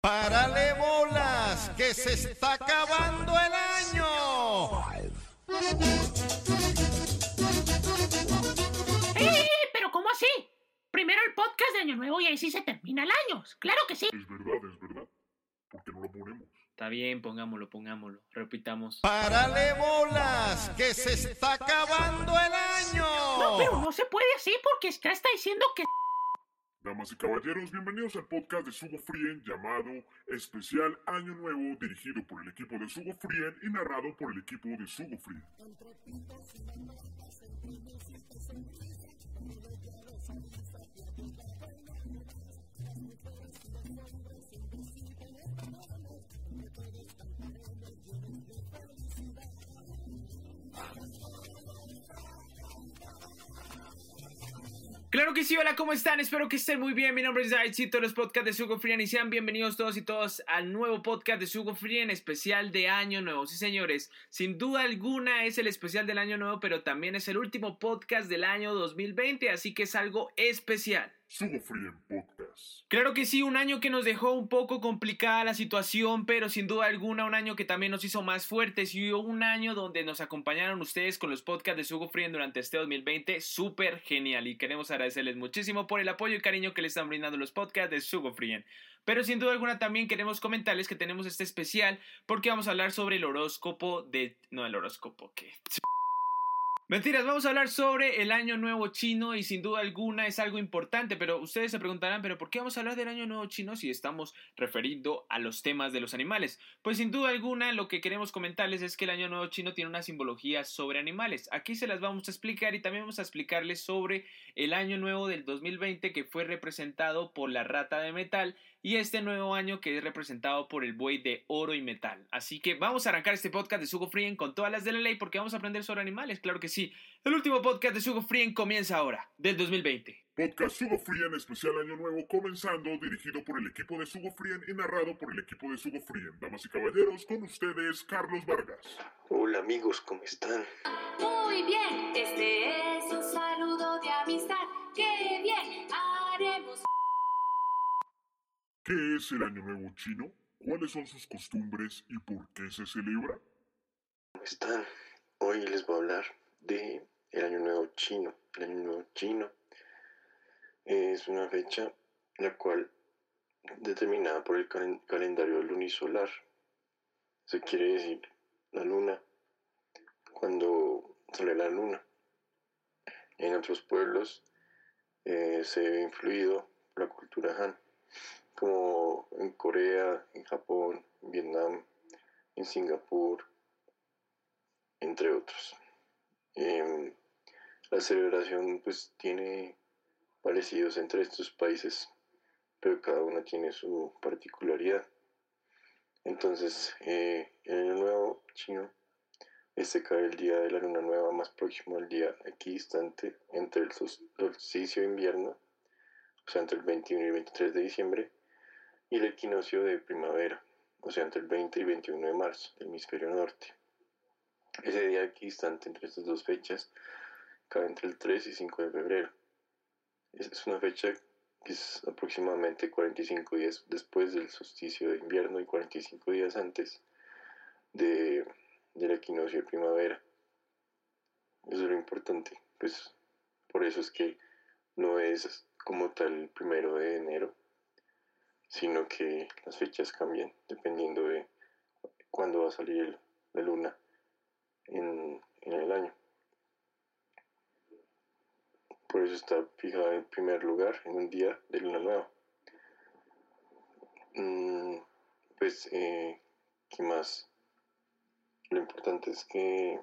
¡Párale bolas! ¡Que se está acabando el año! ¿Pero cómo así? Primero el podcast de Año Nuevo y ahí sí se termina el año. ¡Claro que sí! Es verdad. ¿Por qué no lo ponemos? Está bien, pongámoslo. Repitamos. ¡Párale bolas! ¡Que se está acabando el año! No, pero no se puede así porque está diciendo que... Damas y caballeros, bienvenidos al podcast de Sugo Frien llamado Especial Año Nuevo, dirigido por el equipo de Sugo Frien y narrado por el equipo de Sugo Frien. Claro que sí, hola, ¿cómo están? Espero que estén muy bien. Mi nombre es Davidcito, los podcasts de Sugo Frien y sean bienvenidos todos y todas al nuevo podcast de Sugo Frien, especial de Año Nuevo. Sí, señores, sin duda alguna es el especial del Año Nuevo, pero también es el último podcast del año 2020, así que es algo especial. Sugo Frien Podcast. Claro que sí, un año que nos dejó un poco complicada la situación, pero sin duda alguna un año que también nos hizo más fuertes y un año donde nos acompañaron ustedes con los podcasts de Sugo Frien durante este 2020, súper genial, y queremos agradecerles muchísimo por el apoyo y cariño que le están brindando los podcasts de Sugo Frien. Pero sin duda alguna también queremos comentarles que tenemos este especial porque vamos a hablar sobre el horóscopo de... No, el horóscopo, ¿qué? Mentiras, vamos a hablar sobre el Año Nuevo Chino y sin duda alguna es algo importante, pero ustedes se preguntarán, ¿pero por qué vamos a hablar del Año Nuevo Chino si estamos referindo a los temas de los animales? Pues sin duda alguna lo que queremos comentarles es que el Año Nuevo Chino tiene una simbología sobre animales. Aquí se las vamos a explicar y también vamos a explicarles sobre el Año Nuevo del 2020 que fue representado por la rata de metal y este nuevo año que es representado por el buey de oro y metal. Así que vamos a arrancar este podcast de Sugo Frien con todas las de la ley porque vamos a aprender sobre animales, claro que sí. El último podcast de Sugo Frien comienza ahora, del 2020. Podcast Sugo Frien Especial Año Nuevo comenzando, dirigido por el equipo de Sugo Frien y narrado por el equipo de Sugo Frien. Damas y caballeros, con ustedes, Carlos Vargas. Hola amigos, ¿cómo están? Muy bien, este es un saludo de amistad. ¡Qué bien! Haremos... ¿Qué es el Año Nuevo Chino? ¿Cuáles son sus costumbres y por qué se celebra? ¿Cómo están? Hoy les voy a hablar de el Año Nuevo Chino. El Año Nuevo Chino es una fecha la cual determinada por el calendario lunisolar. Eso quiere decir la luna, cuando sale la luna. En otros pueblos se ve influido por la cultura Han, como en Corea, en Japón, en Vietnam, en Singapur, entre otros. La celebración pues tiene parecidos entre estos países, pero cada uno tiene su particularidad. Entonces, el Año Nuevo Chino cae el día de la luna nueva más próximo al día equidistante entre el solsticio de invierno, o sea, entre el 21 y el 23 de diciembre, y el equinoccio de primavera, o sea, entre el 20 y 21 de marzo, del hemisferio norte. Ese día equidistante entre estas dos fechas cae entre el 3 y 5 de febrero. Es una fecha que es aproximadamente 45 días después del solsticio de invierno y 45 días antes del equinoccio de primavera. Eso es lo importante, pues por eso es que no es como tal el 1 de enero, sino que las fechas cambian dependiendo de cuándo va a salir la luna en el año. Por eso está fijada en primer lugar en un día de luna nueva. ¿Qué más? Lo importante es que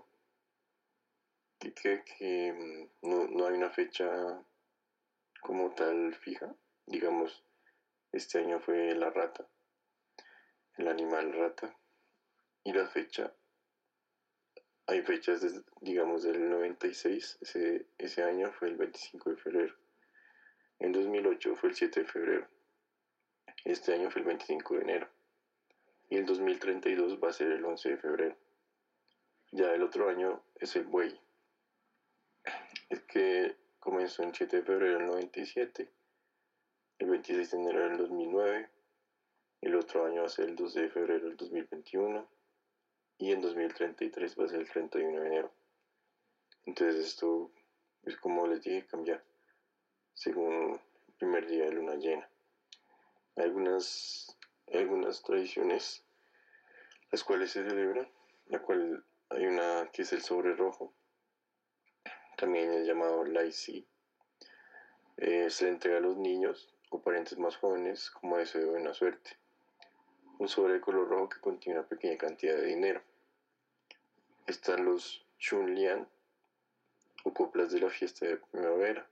no hay una fecha como tal fija. Digamos, este año fue la rata, el animal rata, y la fecha, hay fechas, digamos, del 96, ese año fue el 25 de febrero, en 2008 fue el 7 de febrero, este año fue el 25 de enero, y el 2032 va a ser el 11 de febrero. Ya el otro año es el buey, es que comenzó el 7 de febrero del 97, el 26 de enero del 2009, el otro año va a ser el 12 de febrero del 2021 y en 2033 va a ser el 31 de enero. Entonces esto, pues como les dije, cambia según el primer día de luna llena. Hay algunas tradiciones las cuales se celebran, la cual hay una que es el sobre rojo, también es llamado Laisi. Se le entrega a los niños o parientes más jóvenes como deseo de buena suerte. Un sobre de color rojo que contiene una pequeña cantidad de dinero. Están los Chunlian o coplas de la fiesta de primavera,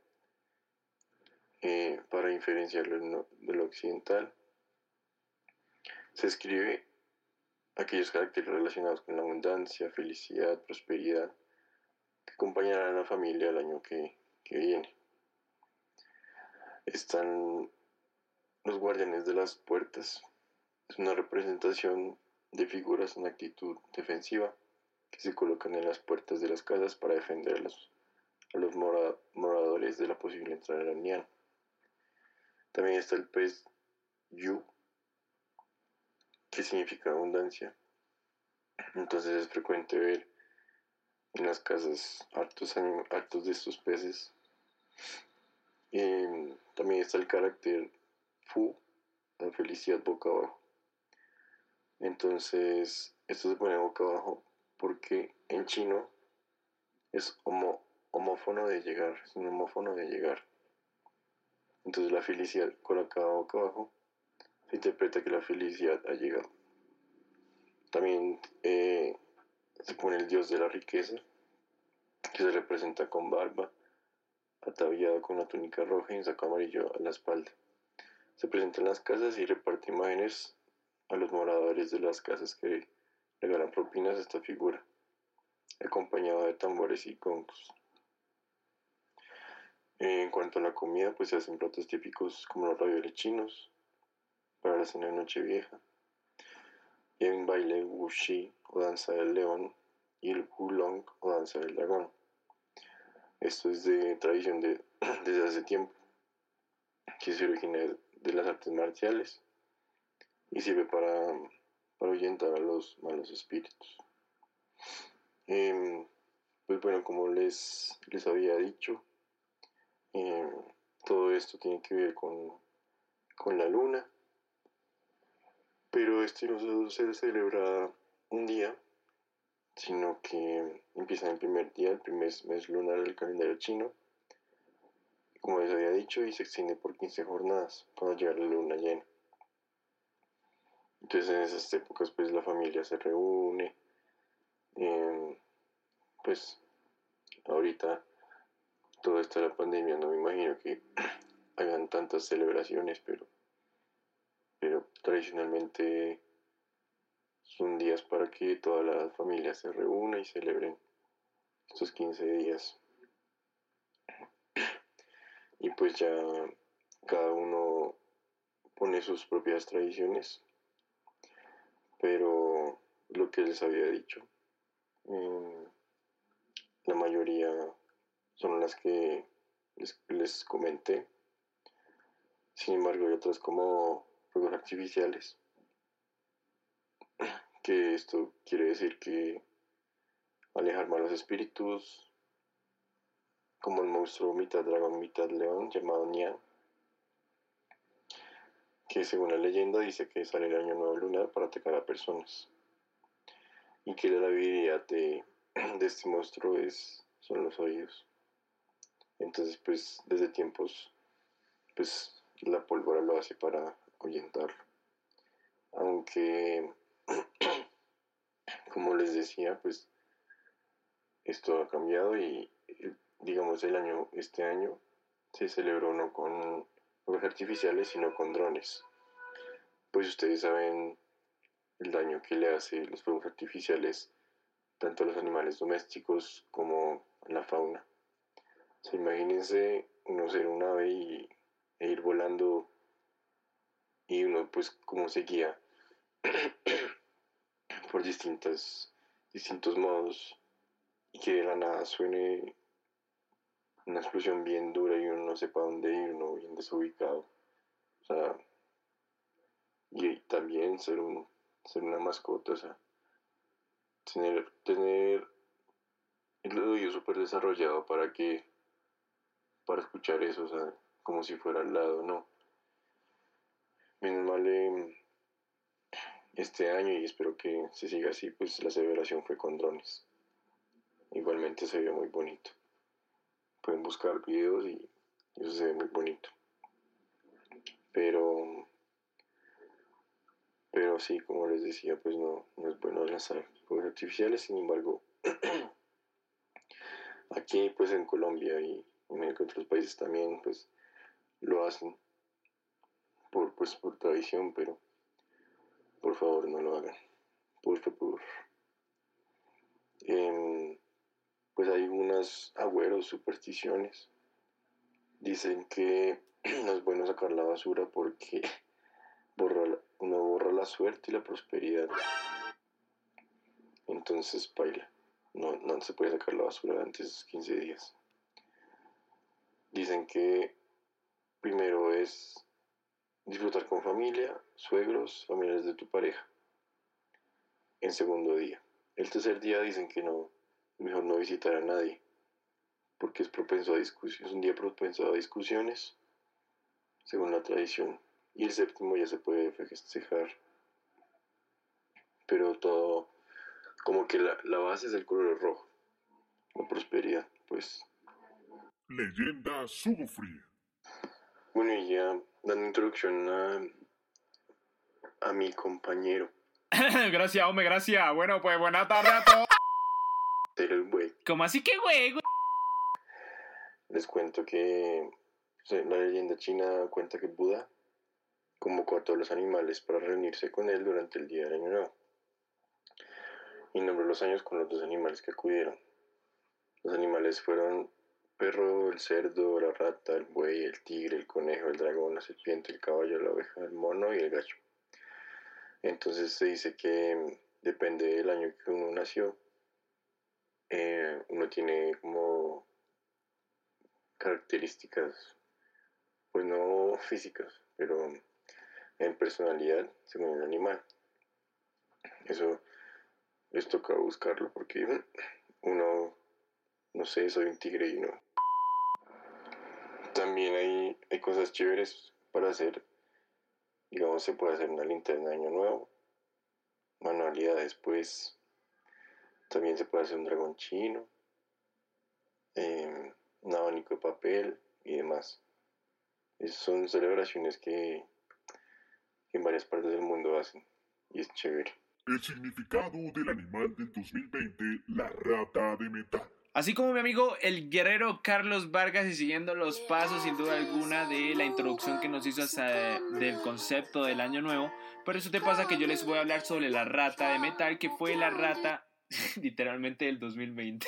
para diferenciarlo de lo occidental. Se escribe aquellos caracteres relacionados con la abundancia, felicidad, prosperidad, que acompañarán a la familia el año que viene. Están los guardianes de las puertas. Es una representación de figuras en actitud defensiva que se colocan en las puertas de las casas para defender a los moradores de la posible entrada de Nian. También está el pez Yu, que significa abundancia. Entonces es frecuente ver en las casas hartos de estos peces. También está el carácter Fu, la felicidad boca abajo. Entonces esto se pone boca abajo porque en chino es homófono de llegar, es un homófono de llegar. Entonces la felicidad colocada boca abajo se interpreta que la felicidad ha llegado. También se pone el dios de la riqueza, que se representa con barba, ataviado con una túnica roja y un saco amarillo a la espalda. Se presenta en las casas y reparte imágenes a los moradores de las casas que regalan propinas a esta figura, acompañado de tambores y gongos. En cuanto a la comida, pues se hacen platos típicos como los ravioles chinos para la cena de Nochevieja. Y hay un baile wuxi o danza del león y el hulong o danza del dragón. Esto es de tradición desde hace tiempo, que se origina de las artes marciales y sirve para ahuyentar a los malos espíritus. Pues bueno, como les había dicho, todo esto tiene que ver con la luna, pero esto no se celebra un día, sino que empieza el primer día, el primer mes lunar del calendario chino, como les había dicho, y se extiende por 15 jornadas para llegar a la luna llena. Entonces en esas épocas pues la familia se reúne, pues ahorita toda esta la pandemia no me imagino que hagan tantas celebraciones, pero tradicionalmente son días para que toda la familia se reúna y celebren estos 15 días. Y pues ya cada uno pone sus propias tradiciones, pero lo que les había dicho, la mayoría son las que les comenté. Sin embargo, hay otras como fuegos artificiales, que esto quiere decir que alejar malos espíritus, como el monstruo mitad dragón, mitad león, llamado Nian, que según la leyenda dice que sale el año nuevo lunar para atacar a personas, y que la habilidad de este monstruo son los oídos. Entonces pues desde tiempos pues la pólvora lo hace para ahuyentarlo. Aunque como les decía, pues esto ha cambiado y digamos este año se celebró no con fuegos artificiales sino con drones. Pues ustedes saben el daño que le hace los fuegos artificiales tanto a los animales domésticos como a la fauna. O sea, imagínense uno ser un ave e ir volando y uno pues como se guía por distintos modos y que de la nada suene una explosión bien dura y uno no sepa dónde ir, uno bien desubicado. O sea, y también ser una mascota, o sea, tener el oído súper desarrollado para escuchar eso, o sea, como si fuera al lado, no. Menos mal este año, y espero que se siga así, pues la celebración fue con drones. Igualmente se ve muy bonito. Pueden buscar videos y eso se ve muy bonito. Pero sí, como les decía, pues no es bueno lanzar fuegos artificiales. Sin embargo, aquí pues en Colombia y en otros países también pues lo hacen por tradición, pero por favor no lo hagan, por favor. Pues hay unos agüeros, supersticiones. Dicen que no es bueno sacar la basura porque uno borra la suerte y la prosperidad. Entonces, baila. No se puede sacar la basura antes de esos 15 días. Dicen que primero es disfrutar con familia, suegros, familiares de tu pareja. En segundo día. El tercer día dicen que mejor no visitar a nadie, porque es propenso a discusiones, es un día propenso a discusiones, según la tradición. Y el séptimo ya se puede festejar. Pero todo, como que la base es el color rojo, la prosperidad, pues. Leyenda Sugo Frien. Bueno, y ya dando introducción a mi compañero. Gracias, hombre, gracias. Bueno, pues buena tarde a todos. El güey. ¿Cómo así que güey? Les cuento que la leyenda china cuenta que Buda convocó a todos los animales para reunirse con él durante el día del Año Nuevo. Y nombró los años con los 2 animales que acudieron. Los animales fueron perro, el cerdo, la rata, el buey, el tigre, el conejo, el dragón, la serpiente, el caballo, la oveja, el mono y el gallo. Entonces se dice que depende del año que uno nació, uno tiene como características, pues no físicas, pero en personalidad según el animal. Eso les toca buscarlo porque uno, no sé, soy un tigre y no. También hay cosas chéveres para hacer. Digamos, se puede hacer una linterna de Año Nuevo, manualidades, pues. También se puede hacer un dragón chino, un abanico de papel y demás. Esas son celebraciones que en varias partes del mundo hacen y es chévere. El significado del animal del 2020, la rata de metal. Así como mi amigo el guerrero Carlos Vargas, y siguiendo los pasos sin duda alguna de la introducción que nos hizo hasta del concepto del año nuevo, por eso te pasa que yo les voy a hablar sobre la rata de metal, que fue la rata literalmente del 2020.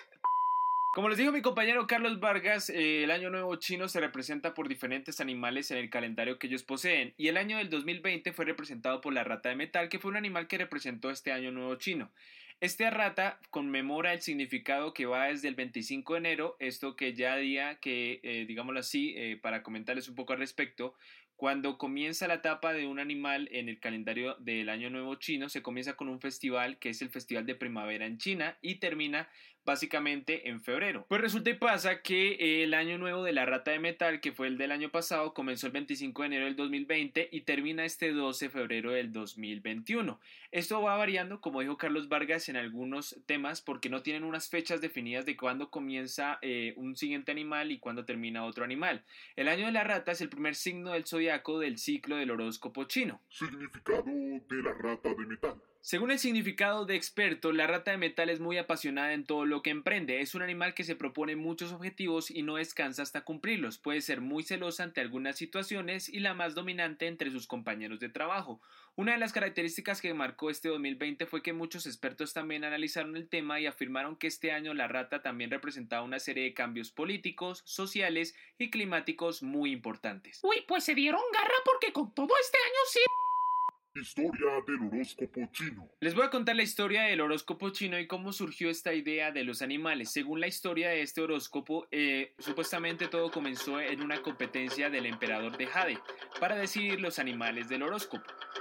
Como les dijo mi compañero Carlos Vargas, el año nuevo chino se representa por diferentes animales en el calendario que ellos poseen, y el año del 2020 fue representado por la rata de metal, que fue un animal que representó este año nuevo chino. Esta rata conmemora el significado que va desde el 25 de enero, esto que ya día que, digámoslo así, para comentarles un poco al respecto, cuando comienza la etapa de un animal en el calendario del Año Nuevo chino, se comienza con un festival que es el Festival de Primavera en China y termina básicamente en febrero. Pues resulta y pasa que el Año Nuevo de la Rata de Metal, que fue el del año pasado, comenzó el 25 de enero del 2020 y termina este 12 de febrero del 2021. Esto va variando, como dijo Carlos Vargas, en algunos temas porque no tienen unas fechas definidas de cuándo comienza un siguiente animal y cuándo termina otro animal. El Año de la Rata es el primer signo del zodiaco del ciclo del horóscopo chino. Significado de la rata de metal. Según el significado de experto, la rata de metal es muy apasionada en todo lo que emprende. Es un animal que se propone muchos objetivos y no descansa hasta cumplirlos. Puede ser muy celosa ante algunas situaciones y la más dominante entre sus compañeros de trabajo. Una de las características que marcó este 2020 fue que muchos expertos también analizaron el tema y afirmaron que este año la rata también representaba una serie de cambios políticos, sociales y climáticos muy importantes. Uy, pues se dieron garra porque con todo este año sí. Historia del horóscopo chino. Les voy a contar la historia del horóscopo chino y cómo surgió esta idea de los animales. Según la historia de este horóscopo, supuestamente todo comenzó en una competencia del emperador de Jade para decidir los animales del horóscopo.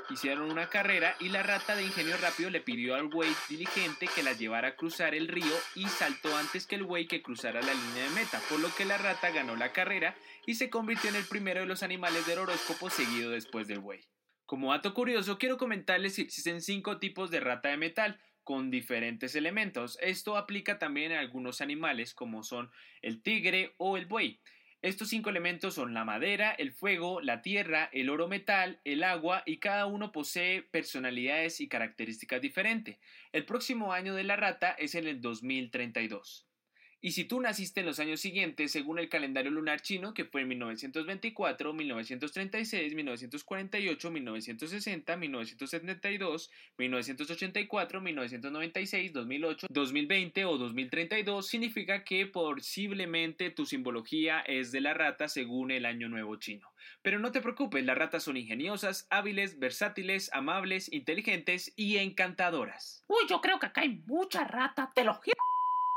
hicieron una carrera y la rata de ingenio rápido le pidió al buey diligente que la llevara a cruzar el río y saltó antes que el buey que cruzara la línea de meta, por lo que la rata ganó la carrera y se convirtió en el primero de los animales del horóscopo, seguido después del buey. Como dato curioso, quiero comentarles que existen 5 tipos de rata de metal con diferentes elementos. Esto aplica también a algunos animales como son el tigre o el buey. Estos 5 elementos son la madera, el fuego, la tierra, el oro metal, el agua y cada uno posee personalidades y características diferentes. El próximo año de la rata es en el 2032. Y si tú naciste en los años siguientes, según el calendario lunar chino, que fue en 1924, 1936, 1948, 1960, 1972, 1984, 1996, 2008, 2020 o 2032, significa que posiblemente tu simbología es de la rata según el año nuevo chino. Pero no te preocupes, las ratas son ingeniosas, hábiles, versátiles, amables, inteligentes y encantadoras. Uy, yo creo que acá hay mucha rata, te lo juro.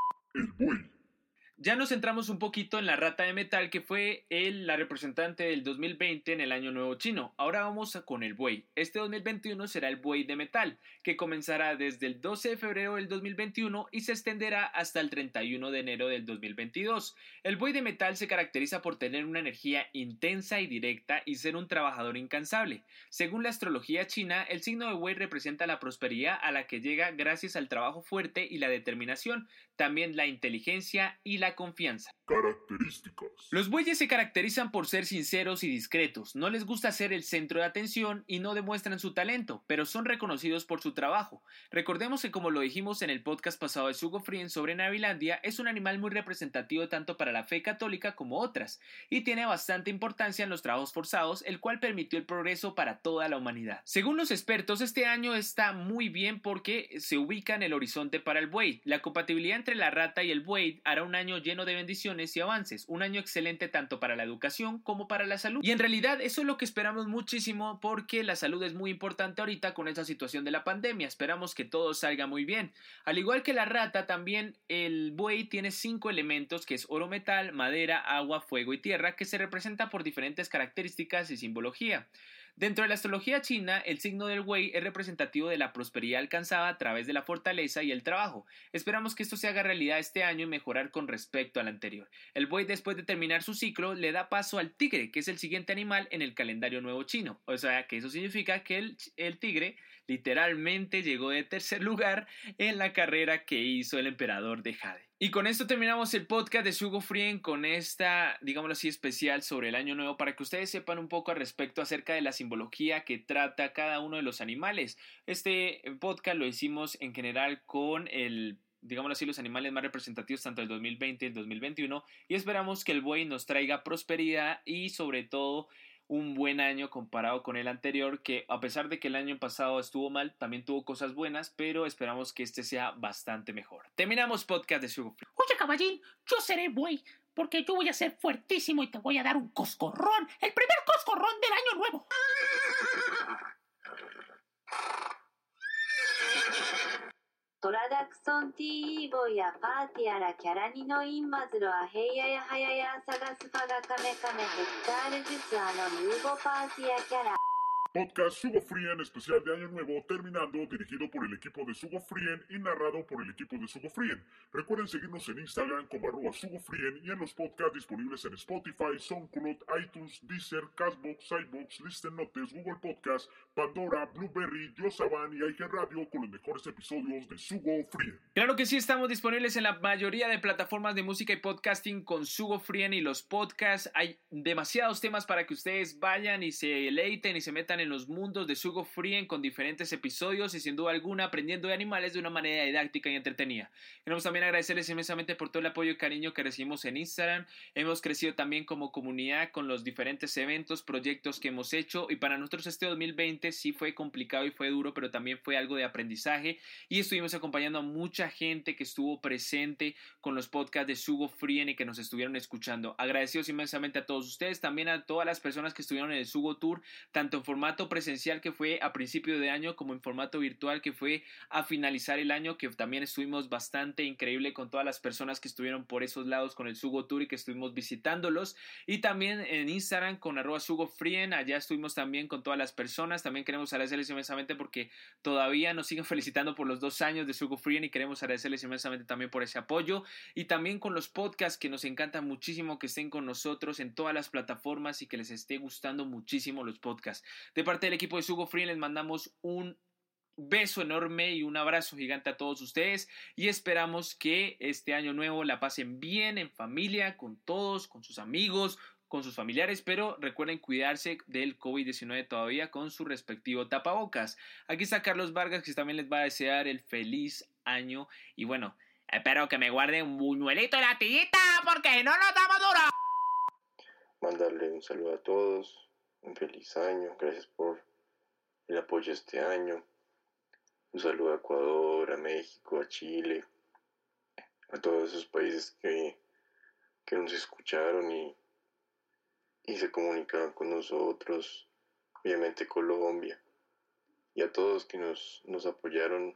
El buey. Ya nos centramos un poquito en la rata de metal, que fue la representante del 2020 en el año nuevo chino. Ahora vamos con el buey. Este 2021 será el buey de metal, que comenzará desde el 12 de febrero del 2021 y se extenderá hasta el 31 de enero del 2022. El buey de metal se caracteriza por tener una energía intensa y directa y ser un trabajador incansable. Según la astrología china, el signo de buey representa la prosperidad a la que llega gracias al trabajo fuerte y la determinación, también la inteligencia y la confianza. Características. Los bueyes se caracterizan por ser sinceros y discretos, no les gusta ser el centro de atención y no demuestran su talento, pero son reconocidos por su trabajo. Recordemos que, como lo dijimos en el podcast pasado de Sugo Frien sobre Navilandia, es un animal muy representativo tanto para la fe católica como otras, y tiene bastante importancia en los trabajos forzados, el cual permitió el progreso para toda la humanidad. Según los expertos, este año está muy bien porque se ubica en el horizonte para el buey. La compatibilidad entre la rata y el buey hará un año lleno de bendiciones y avances, un año excelente tanto para la educación como para la salud. Y en realidad eso es lo que esperamos muchísimo, porque la salud es muy importante ahorita con esta situación de la pandemia. Esperamos que todo salga muy bien. Al igual que la rata, también el buey tiene 5 elementos, que es oro metal, madera, agua, fuego y tierra, que se representa por diferentes características y simbología. Dentro de la astrología china, el signo del buey es representativo de la prosperidad alcanzada a través de la fortaleza y el trabajo. Esperamos que esto se haga realidad este año y mejorar con respecto al anterior. El buey, después de terminar su ciclo, le da paso al tigre, que es el siguiente animal en el calendario nuevo chino. O sea, que eso significa que el tigre literalmente llegó de tercer lugar en la carrera que hizo el emperador de Jade. Y con esto terminamos el podcast de Sugo Frien con esta, digámoslo así, especial sobre el año nuevo, para que ustedes sepan un poco al respecto acerca de la simbología que trata cada uno de los animales. Este podcast lo hicimos en general con digámoslo así, los animales más representativos tanto del 2020 y el 2021, y esperamos que el buey nos traiga prosperidad y sobre todo un buen año comparado con el anterior, que a pesar de que el año pasado estuvo mal, también tuvo cosas buenas, pero esperamos que este sea bastante mejor. Terminamos podcast de Sugo Frien. Oye, caballín, yo seré buey, porque yo voy a ser fuertísimo y te voy a dar un coscorrón, el primer coscorrón del año nuevo. トラダクソン T ボイやパーティアラキャラニのインマズロアヘイヤやハヤヤサガスファガカメカメヘクターレジツアのムーボパーティアキャラ Podcast Sugo Frien especial de Año Nuevo terminando, dirigido por el equipo de Sugo Frien y narrado por el equipo de Sugo Frien. Recuerden seguirnos en Instagram como @SugoFrien y en los podcasts disponibles en Spotify, SoundCloud, iTunes, Deezer, Castbox, iVoox, Listen Notes, Google Podcast, Pandora, Blueberry, Yosaban y iHeart Radio con los mejores episodios de Sugo Frien. Claro que sí, estamos disponibles en la mayoría de plataformas de música y podcasting con Sugo Frien y los podcasts. Hay demasiados temas para que ustedes vayan y se deleiten y se metan en los mundos de Sugo Frien con diferentes episodios y sin duda alguna aprendiendo de animales de una manera didáctica y entretenida. Queremos también agradecerles inmensamente por todo el apoyo y cariño que recibimos en Instagram. Hemos crecido también como comunidad con los diferentes eventos, proyectos que hemos hecho, y para nosotros este 2020 sí fue complicado y fue duro, pero también fue algo de aprendizaje, y estuvimos acompañando a mucha gente que estuvo presente con los podcasts de Sugo Frien y que nos estuvieron escuchando. Agradecidos inmensamente a todos ustedes, también a todas las personas que estuvieron en el Sugo Tour, tanto en formato formato presencial que fue a principio de año como en formato virtual que fue a finalizar el año, que también estuvimos bastante increíble con todas las personas que estuvieron por esos lados con el Sugo Tour y que estuvimos visitándolos, y también en Instagram con @SugoFrien, allá estuvimos también con todas las personas. También queremos agradecerles inmensamente porque todavía nos siguen felicitando por los 2 años de Sugo Frien y queremos agradecerles inmensamente también por ese apoyo, y también con los podcasts que nos encanta muchísimo que estén con nosotros en todas las plataformas y que les esté gustando muchísimo los podcasts. De parte del equipo de Sugo Frien les mandamos un beso enorme y un abrazo gigante a todos ustedes y esperamos que este año nuevo la pasen bien en familia, con todos, con sus amigos, con sus familiares, pero recuerden cuidarse del COVID-19 todavía con su respectivo tapabocas. Aquí está Carlos Vargas, que también les va a desear el feliz año y bueno, espero que me guarden un buñuelito de la tillita porque no nos damos duro. Mandarle un saludo a todos, un feliz año, gracias por el apoyo este año. Un saludo a Ecuador, a México, a Chile, a todos esos países que nos escucharon y se comunicaron con nosotros, obviamente Colombia, y a todos que nos apoyaron,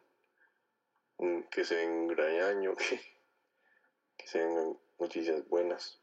que se den un gran año, que se den noticias buenas,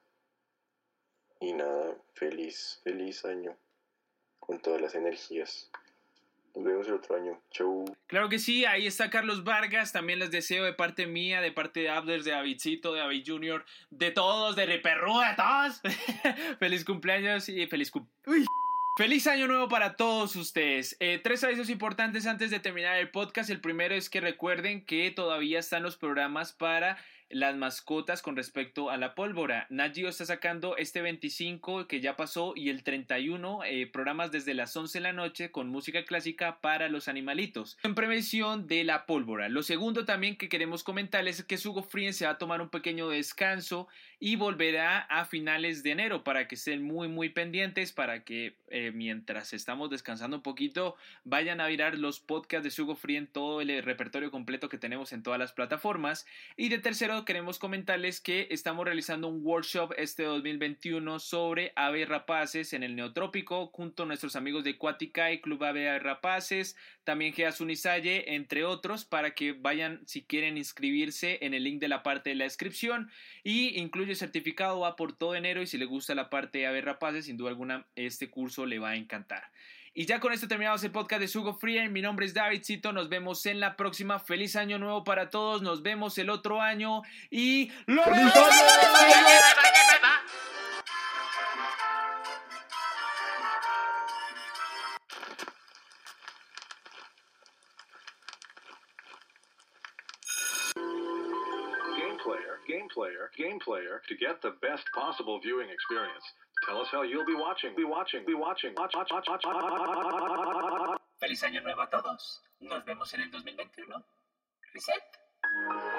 y nada, feliz año, con todas las energías. Nos vemos el otro año. Chau. Claro que sí, ahí está Carlos Vargas. También les deseo de parte mía, de parte de Abders, de Davidcito, de David Junior, de todos, de Riperrú, de todos. Feliz cumpleaños y feliz año nuevo para todos ustedes. 3 avisos importantes antes de terminar el podcast. El primero es que recuerden que todavía están los programas para las mascotas con respecto a la pólvora. Nat Geo está sacando este 25 que ya pasó y el 31 programas desde las 11 de la noche con música clásica para los animalitos en prevención de la pólvora. Lo segundo también que queremos comentarles es que Sugo Frien se va a tomar un pequeño descanso y volverá a finales de enero para que estén muy pendientes, para que mientras estamos descansando un poquito vayan a mirar los podcasts de Sugo Frien, todo el repertorio completo que tenemos en todas las plataformas. Y de tercero queremos comentarles que estamos realizando un workshop este 2021 sobre aves rapaces en el Neotrópico junto a nuestros amigos de Cuatica y Club Ave Rapaces, también Gea Sunisalle, entre otros, para que vayan si quieren inscribirse en el link de la parte de la descripción, y incluye certificado, va por todo enero, y si les gusta la parte de aves rapaces, sin duda alguna este curso le va a encantar. Y ya con esto terminamos el podcast de Sugo Frien. Mi nombre es Davidcito, nos vemos en la próxima. Feliz año nuevo para todos, nos vemos el otro año y ¡lo vemos! Game Player, to get the best possible viewing experience. Tell us how you'll be watching. Feliz año nuevo a todos. Nos vemos en el 2021. Reset.